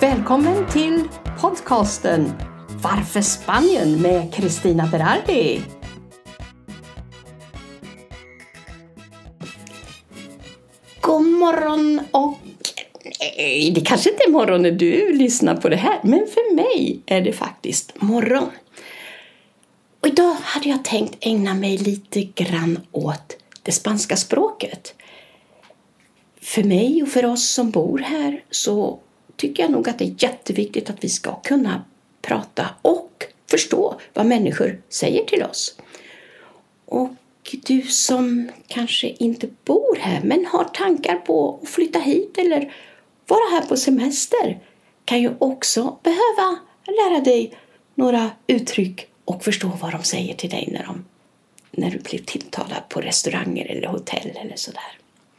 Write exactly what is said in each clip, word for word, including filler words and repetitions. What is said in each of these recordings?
Välkommen till podcasten Varför Spanien med Cristina Berardi. God morgon och nej, det kanske inte är morgon när du lyssnar på det här, men för mig är det faktiskt morgon. Och idag hade jag tänkt ägna mig lite grann åt det spanska språket. För mig och för oss som bor här så tycker jag nog att det är jätteviktigt att vi ska kunna prata och förstå vad människor säger till oss. Och du som kanske inte bor här men har tankar på att flytta hit eller vara här på semester kan ju också behöva lära dig några uttryck och förstå vad de säger till dig när, de, när du blir tilltalad på restauranger eller hotell eller sådär.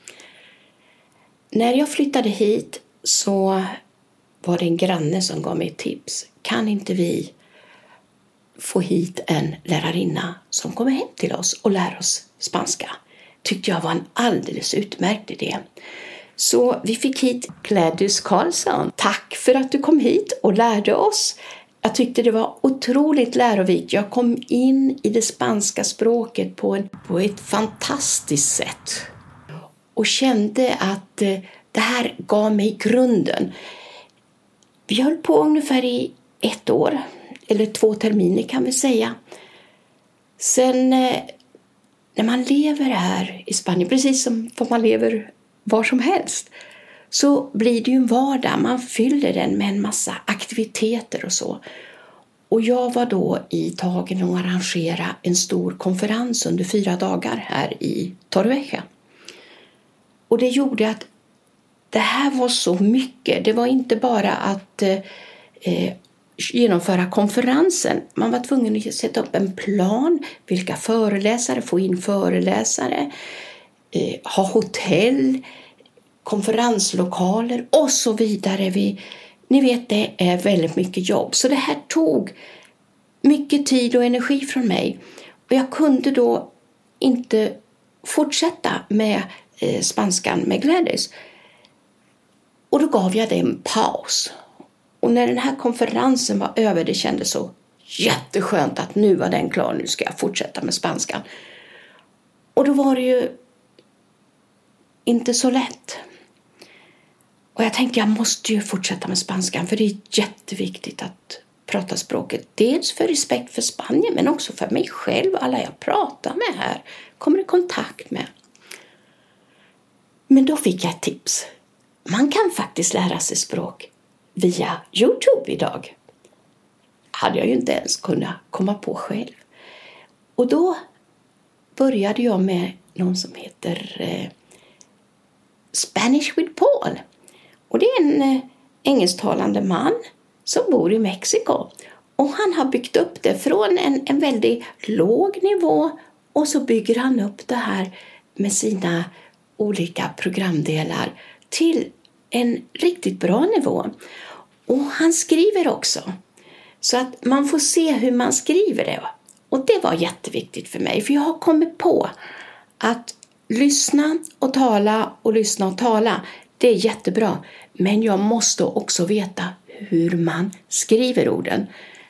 När jag flyttade hit så var det en granne som gav mig ett tips. Kan inte vi få hit en lärarinna som kommer hem till oss och lär oss spanska? Tyckte jag var en alldeles utmärkt idé. Så vi fick hit Gladys Karlsson. Tack för att du kom hit och lärde oss. Jag tyckte det var otroligt lärorikt. Jag kom in i det spanska språket på, en, på ett fantastiskt sätt. Och kände att eh, det här gav mig grunden. Vi höll på ungefär i ett år. Eller två terminer kan vi säga. Sen eh, när man lever här i Spanien, precis som man lever var som helst, så blir det ju en vardag. Man fyller den med en massa aktiviteter och så. Och jag var då i tagen att arrangera en stor konferens under fyra dagar här i Torrevieja. Och det gjorde att det här var så mycket. Det var inte bara att eh, genomföra konferensen. Man var tvungen att sätta upp en plan. Vilka föreläsare, få in föreläsare. Eh, ha hotell, konferenslokaler och så vidare. Vi, ni vet, det är väldigt mycket jobb. Så det här tog mycket tid och energi från mig. Och jag kunde då inte fortsätta med eh, spanskan med Gladys. Och då gav jag det en paus. Och när den här konferensen var över, det kändes så jätteskönt att nu var den klar. Nu ska jag fortsätta med spanskan. Och då var det ju inte så lätt. Och jag tänkte jag måste ju fortsätta med spanskan. För det är jätteviktigt att prata språket. Dels för respekt för Spanien men också för mig själv. Alla jag pratar med här kommer i kontakt med. Men då fick jag ett tips. Man kan faktiskt lära sig språk via YouTube idag. Hade jag ju inte ens kunnat komma på själv. Och då började jag med någon som heter eh, Spanish with Paul. Och det är en eh, engelsktalande man som bor i Mexiko. Och han har byggt upp det från en, en väldigt låg nivå. Och så bygger han upp det här med sina olika programdelar till en riktigt bra nivå. Och han skriver också. Så att man får se hur man skriver det. Och det var jätteviktigt för mig. För jag har kommit på att lyssna och tala och lyssna och tala. Det är jättebra. Men jag måste också veta hur man skriver orden.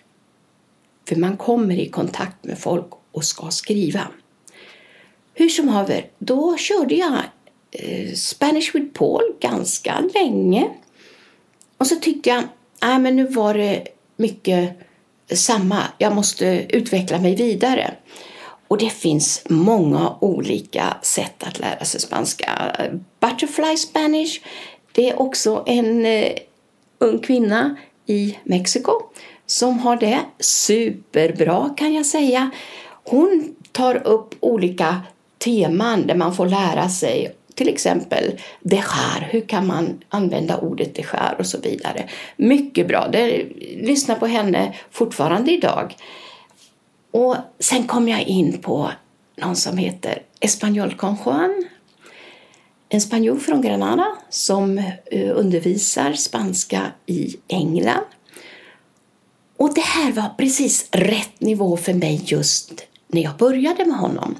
För man kommer i kontakt med folk och ska skriva. Hur som haver, då körde jag Spanish with Paul ganska länge. Och så tyckte jag, nej men nu var det mycket samma. Jag måste utveckla mig vidare. Och det finns många olika sätt att lära sig spanska. Butterfly Spanish, det är också en uh, ung kvinna i Mexiko som har det superbra kan jag säga. Hon tar upp olika teman där man får lära sig. Till exempel dejar, hur kan man använda ordet dejar och så vidare. Mycket bra, det, lyssna på henne fortfarande idag. Och sen kom jag in på någon som heter Español con Juan. En spanjor från Granada som undervisar spanska i England. Och det här var precis rätt nivå för mig just när jag började med honom.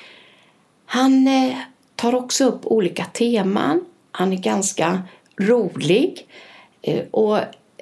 Han eh, tar också upp olika teman. Han är ganska rolig. Eh, och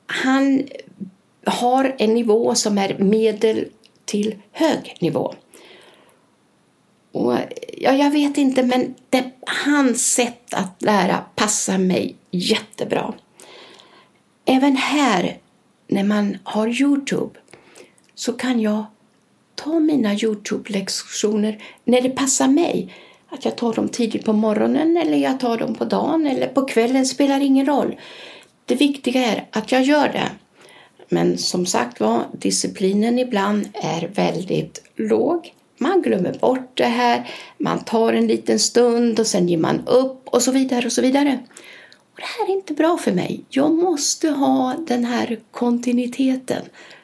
han har en nivå som är medel till hög nivå. Och ja, jag vet inte, men det, hans sätt att lära passar mig jättebra. Även här, när man har YouTube, så kan jag ta mina YouTube-lektioner när det passar mig. Att jag tar dem tidigt på morgonen eller jag tar dem på dagen eller på kvällen spelar ingen roll. Det viktiga är att jag gör det. Men som sagt var, disciplinen ibland är väldigt låg. Man glömmer bort det här. Man tar en liten stund och sen ger man upp och så vidare och så vidare. Och det här är inte bra för mig. Jag måste ha den här kontinuiteten.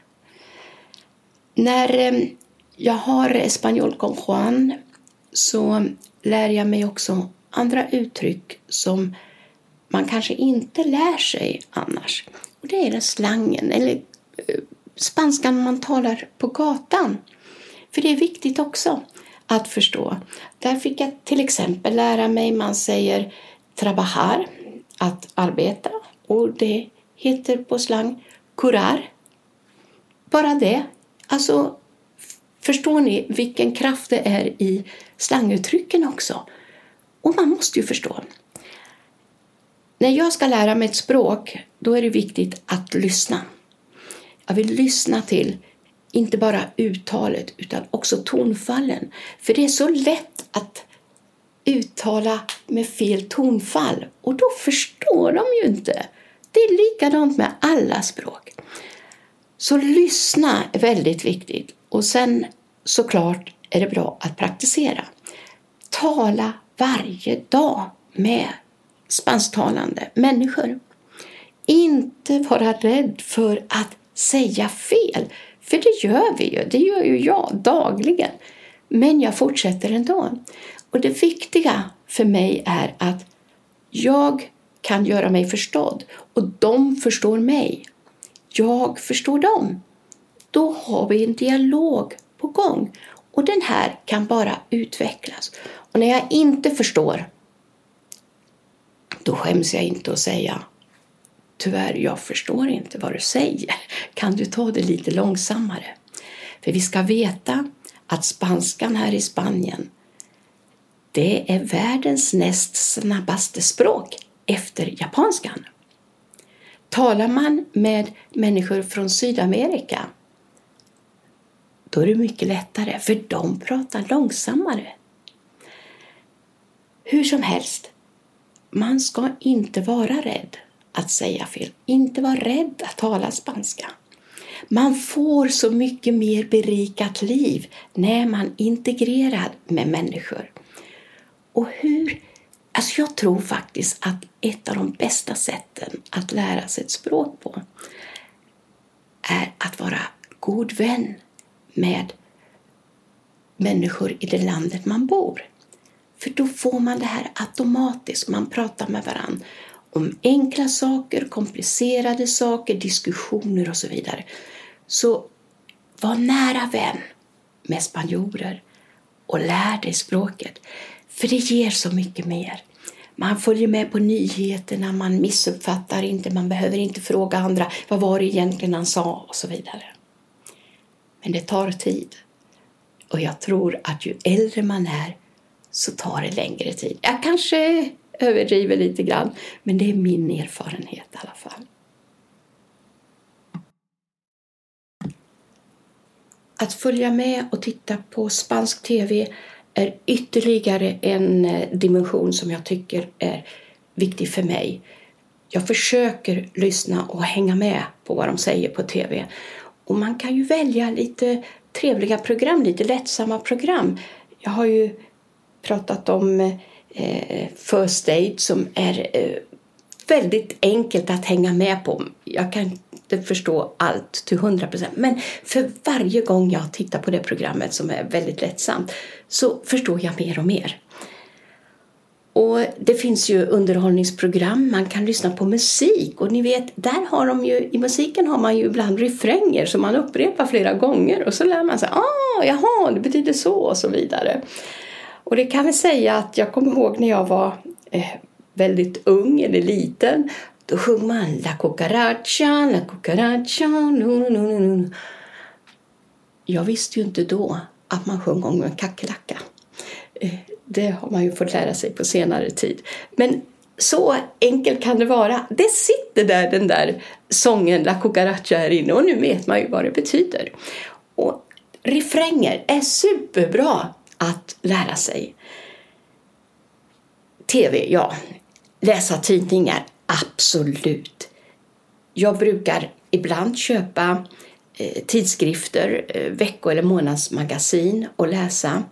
När jag har Español con Juan så lär jag mig också andra uttryck som man kanske inte lär sig annars. Och det är den slangen eller spanskan man talar på gatan. För det är viktigt också att förstå. Där fick jag till exempel lära mig, man säger trabajar, att arbeta. Och det heter på slang curar. Bara det. Alltså, förstår ni vilken kraft det är i slanguttrycken också? Och man måste ju förstå. När jag ska lära mig ett språk, då är det viktigt att lyssna. Jag vill lyssna till inte bara uttalet utan också tonfallen. För det är så lätt att uttala med fel tonfall. Och då förstår de ju inte. Det är likadant med alla språk. Så lyssna är väldigt viktigt. Och sen såklart är det bra att praktisera. Tala varje dag med spansktalande människor. Inte vara rädd för att säga fel. För det gör vi ju. Det gör ju jag dagligen. Men jag fortsätter ändå. Och det viktiga för mig är att jag kan göra mig förstådd. Och de förstår mig. Jag förstår dem. Då har vi en dialog på gång. Och den här kan bara utvecklas. Och när jag inte förstår, då skäms jag inte att säga: tyvärr, jag förstår inte vad du säger. Kan du ta det lite långsammare? För vi ska veta att spanskan här i Spanien, det är världens näst snabbaste språk efter japanskan. Talar man med människor från Sydamerika, då är det mycket lättare, för de pratar långsammare. Hur som helst, man ska inte vara rädd att säga fel. Inte vara rädd att tala spanska. Man får så mycket mer berikat liv när man integrerar med människor. Och hur... Alltså jag tror faktiskt att ett av de bästa sätten att lära sig ett språk på är att vara god vän med människor i det landet man bor. För då får man det här automatiskt. Man pratar med varandra om enkla saker, komplicerade saker, diskussioner och så vidare. Så var nära vän med spanjorer och lär dig språket. För det ger så mycket mer. Man följer med på nyheterna, man missuppfattar inte, man behöver inte fråga andra vad var det egentligen han sa och så vidare. Men det tar tid. Och jag tror att ju äldre man är så tar det längre tid. Jag kanske överdriver lite grann, men det är min erfarenhet i alla fall. Att följa med och titta på spansk tv är ytterligare en dimension som jag tycker är viktig för mig. Jag försöker lyssna och hänga med på vad de säger på tv. Och man kan ju välja lite trevliga program, lite lättsamma program. Jag har ju pratat om eh, First Aid som är eh, väldigt enkelt att hänga med på. Jag kan inte förstå allt till hundra procent. Men för varje gång jag tittar på det programmet som är väldigt lättsamt så förstår jag mer och mer. Och det finns ju underhållningsprogram, man kan lyssna på musik. Och ni vet, där har de ju, i musiken har man ju ibland refränger som man upprepar flera gånger. Och så lär man sig, ah, jaha, det betyder så och så vidare. Och det kan vi säga att jag kommer ihåg när jag var eh, väldigt ung eller liten. Då sjunger man La cucaracha, la cucaracha, no, no, no, no. Jag visste ju inte då att man sjöng om en kackerlacka. Det har man ju fått lära sig på senare tid. Men så enkelt kan det vara. Det sitter där den där sången La cucaracha här inne och nu vet man ju vad det betyder. Och refränger är superbra att lära sig. T V, ja. Läsa tidningar, absolut. Jag brukar ibland köpa eh, tidskrifter, eh, vecko- eller månadsmagasin och läsa.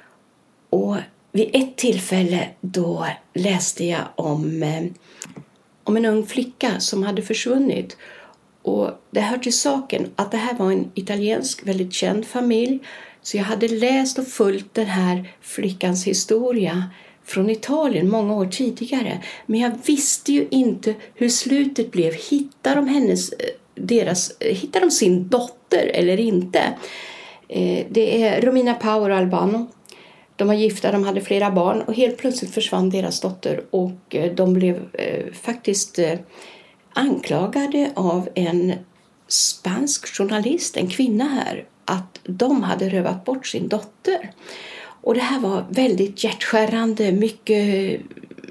Och vid ett tillfälle då läste jag om, eh, om en ung flicka som hade försvunnit. Och det hör till saken att det här var en italiensk väldigt känd familj. Så jag hade läst och följt den här flickans historia från Italien många år tidigare. Men jag visste ju inte hur slutet blev. Hittar de, hennes, deras, hittar de sin dotter eller inte? Det är Romina Power och Albano. De var gifta, de hade flera barn och helt plötsligt försvann deras dotter. Och de blev faktiskt anklagade av en spansk journalist, en kvinna här, att de hade rövat bort sin dotter. Och det här var väldigt hjärtskärande, mycket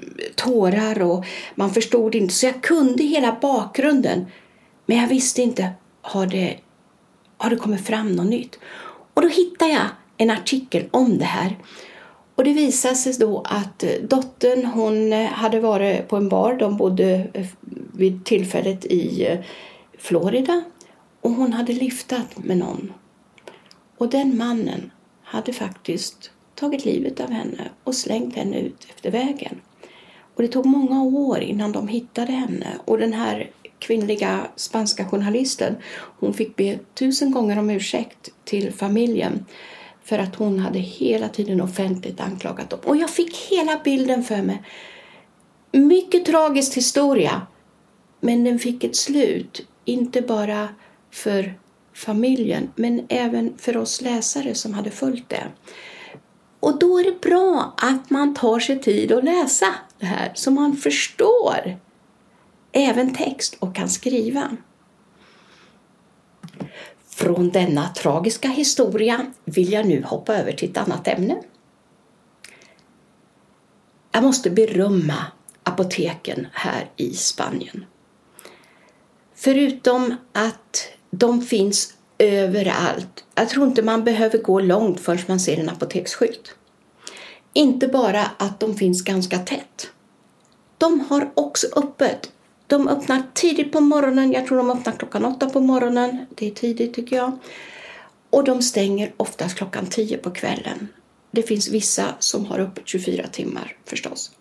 tårar och man förstod inte. Så jag kunde hela bakgrunden, men jag visste inte, har det, har det kommit fram något nytt? Och då hittade jag en artikel om det här. Och det visade sig då att dottern, hon hade varit på en bar. De bodde vid tillfället i Florida. Och hon hade lyftat med någon. Och den mannen hade faktiskt tagit livet av henne och slängt henne ut efter vägen. Och det tog många år innan de hittade henne. Och den här kvinnliga spanska journalisten, hon fick be tusen gånger om ursäkt till familjen. För att hon hade hela tiden offentligt anklagat dem. Och jag fick hela bilden för mig. Mycket tragisk historia. Men den fick ett slut. Inte bara för familjen. Men även för oss läsare som hade följt det. Och då är det bra att man tar sig tid att läsa det här. Så man förstår även text och kan skriva. Från denna tragiska historia vill jag nu hoppa över till ett annat ämne. Jag måste berömma apoteken här i Spanien. Förutom att de finns överallt. Jag tror inte man behöver gå långt förrän man ser en apoteksskylt. Inte bara att de finns ganska tätt. De har också öppet. De öppnar tidigt på morgonen. Jag tror de öppnar klockan åtta på morgonen. Det är tidigt tycker jag. Och de stänger oftast klockan tio på kvällen. Det finns vissa som har öppet tjugofyra timmar förstås.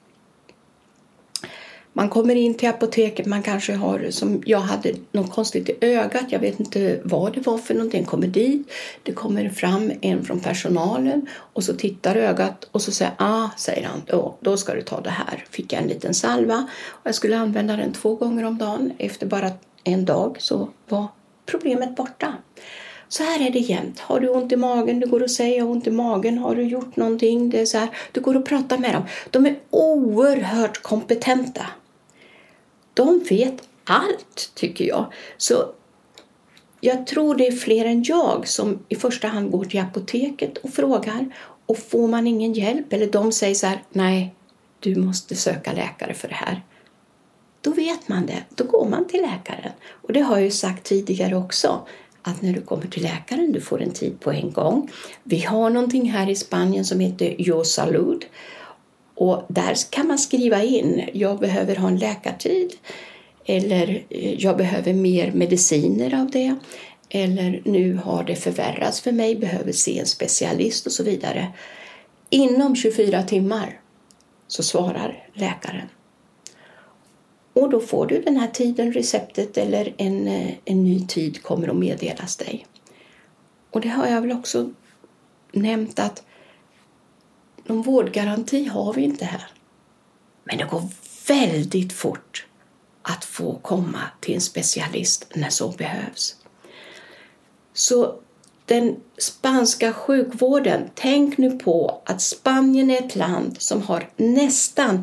Man kommer in till apoteket. Man kanske har, som jag hade, något konstigt i ögat. Jag vet inte vad det var för någonting. Kommer dit. Det kommer fram en från personalen. Och så tittar ögat. Och så säger ah, säger han. Då, då ska du ta det här. Fick jag en liten salva. Och jag skulle använda den två gånger om dagen. Efter bara en dag så var problemet borta. Så här är det jämt. Har du ont i magen? Det går att säga ont i magen. Har du gjort någonting? Det är så här. Du går att prata med dem. De är oerhört kompetenta. De vet allt tycker jag. Så jag tror det är fler än jag som i första hand går till apoteket och frågar. Och får man ingen hjälp eller de säger så här, nej, du måste söka läkare för det här. Då vet man det. Då går man till läkaren. Och det har jag ju sagt tidigare också. Att när du kommer till läkaren, du får en tid på en gång. Vi har någonting här i Spanien som heter Yo Salud. Och där kan man skriva in, jag behöver ha en läkartid. Eller jag behöver mer mediciner av det. Eller nu har det förvärrats för mig, behöver se en specialist och så vidare. Inom tjugofyra timmar så svarar läkaren. Och då får du den här tiden, receptet eller en, en ny tid kommer att meddelas dig. Och det har jag väl också nämnt att någon vårdgaranti har vi inte här. Men det går väldigt fort att få komma till en specialist när så behövs. Så den spanska sjukvården, tänk nu på att Spanien är ett land som har nästan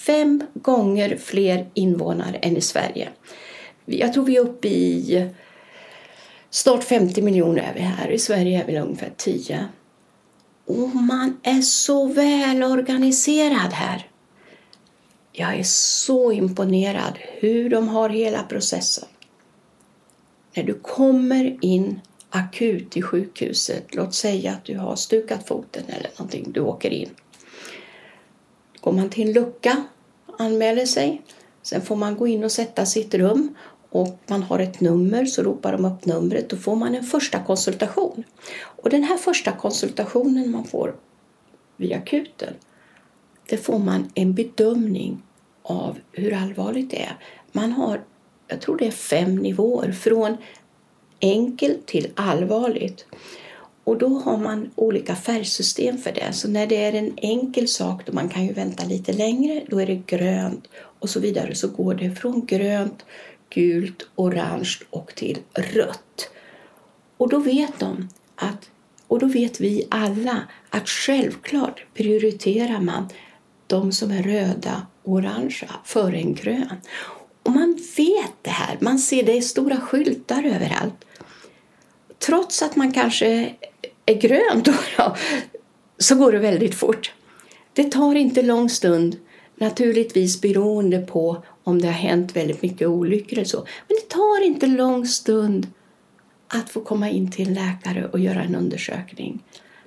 fem gånger fler invånare än i Sverige. Jag tror vi är uppe i snart femtio miljoner är vi här. I Sverige är vi ungefär tio. Och man är så väl organiserad här. Jag är så imponerad hur de har hela processen. När du kommer in akut i sjukhuset, låt säga att du har stukat foten eller någonting, du åker in. Går man till en lucka, anmäler sig, sen får man gå in och sätta sitt rum och man har ett nummer, så ropar de upp numret och får man en första konsultation. Och den här första konsultationen man får via akuten, det får man en bedömning av hur allvarligt det är. Man har, jag tror det är fem nivåer, från enkelt till allvarligt. Och då har man olika färgsystem för det. Så när det är en enkel sak, då man kan ju vänta lite längre, då är det grönt och så vidare. Så går det från grönt, gult, orange och till rött. Och då vet de att, och då vet vi alla att självklart prioriterar man de som är röda och orangea före en grön. Och man vet det här, man ser det i stora skyltar överallt. Trots att man kanske är grön då, då, så går det väldigt fort. Det tar inte lång stund, naturligtvis beroende på om det har hänt väldigt mycket olyckor eller så. Men det tar inte lång stund att få komma in till en läkare och göra en undersökning.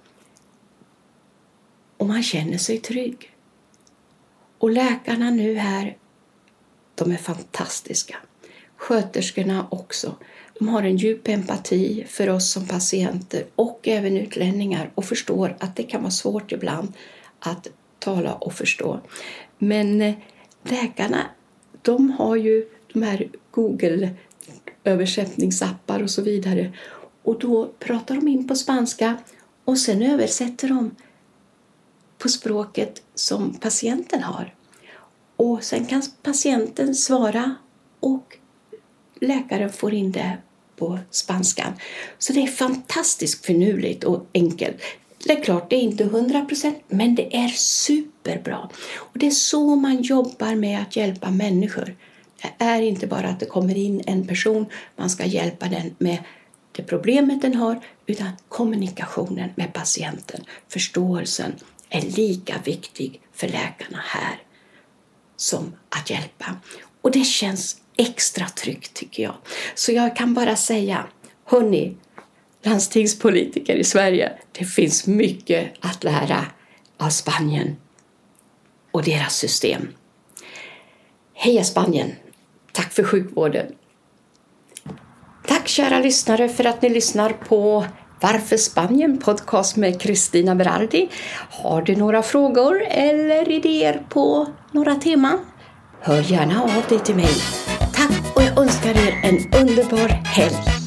Och man känner sig trygg. Och läkarna nu här, de är fantastiska. Sköterskorna också. De har en djup empati för oss som patienter och även utlänningar och förstår att det kan vara svårt ibland att tala och förstå. Men läkarna, de har ju de här Google-översättningsappar och så vidare. Och då pratar de in på spanska och sen översätter de på språket som patienten har. Och sen kan patienten svara och läkaren får in det på spanskan. Så det är fantastiskt finurligt och enkelt. Det är klart, det är inte hundra procent, men det är superbra. Och det är så man jobbar med att hjälpa människor. Det är inte bara att det kommer in en person, man ska hjälpa den med det problemet den har, utan kommunikationen med patienten, förståelsen är lika viktig för läkarna här som att hjälpa. Och det känns extra tryggt tycker jag. Så jag kan bara säga, hörni, landstingspolitiker i Sverige, det finns mycket att lära av Spanien och deras system. Heja Spanien! Tack för sjukvården! Tack kära lyssnare för att ni lyssnar på Varför Spanien podcast med Cristina Berardi. Har du några frågor eller idéer på några teman? Hör gärna av dig till mig. Tack och jag önskar er en underbar helg.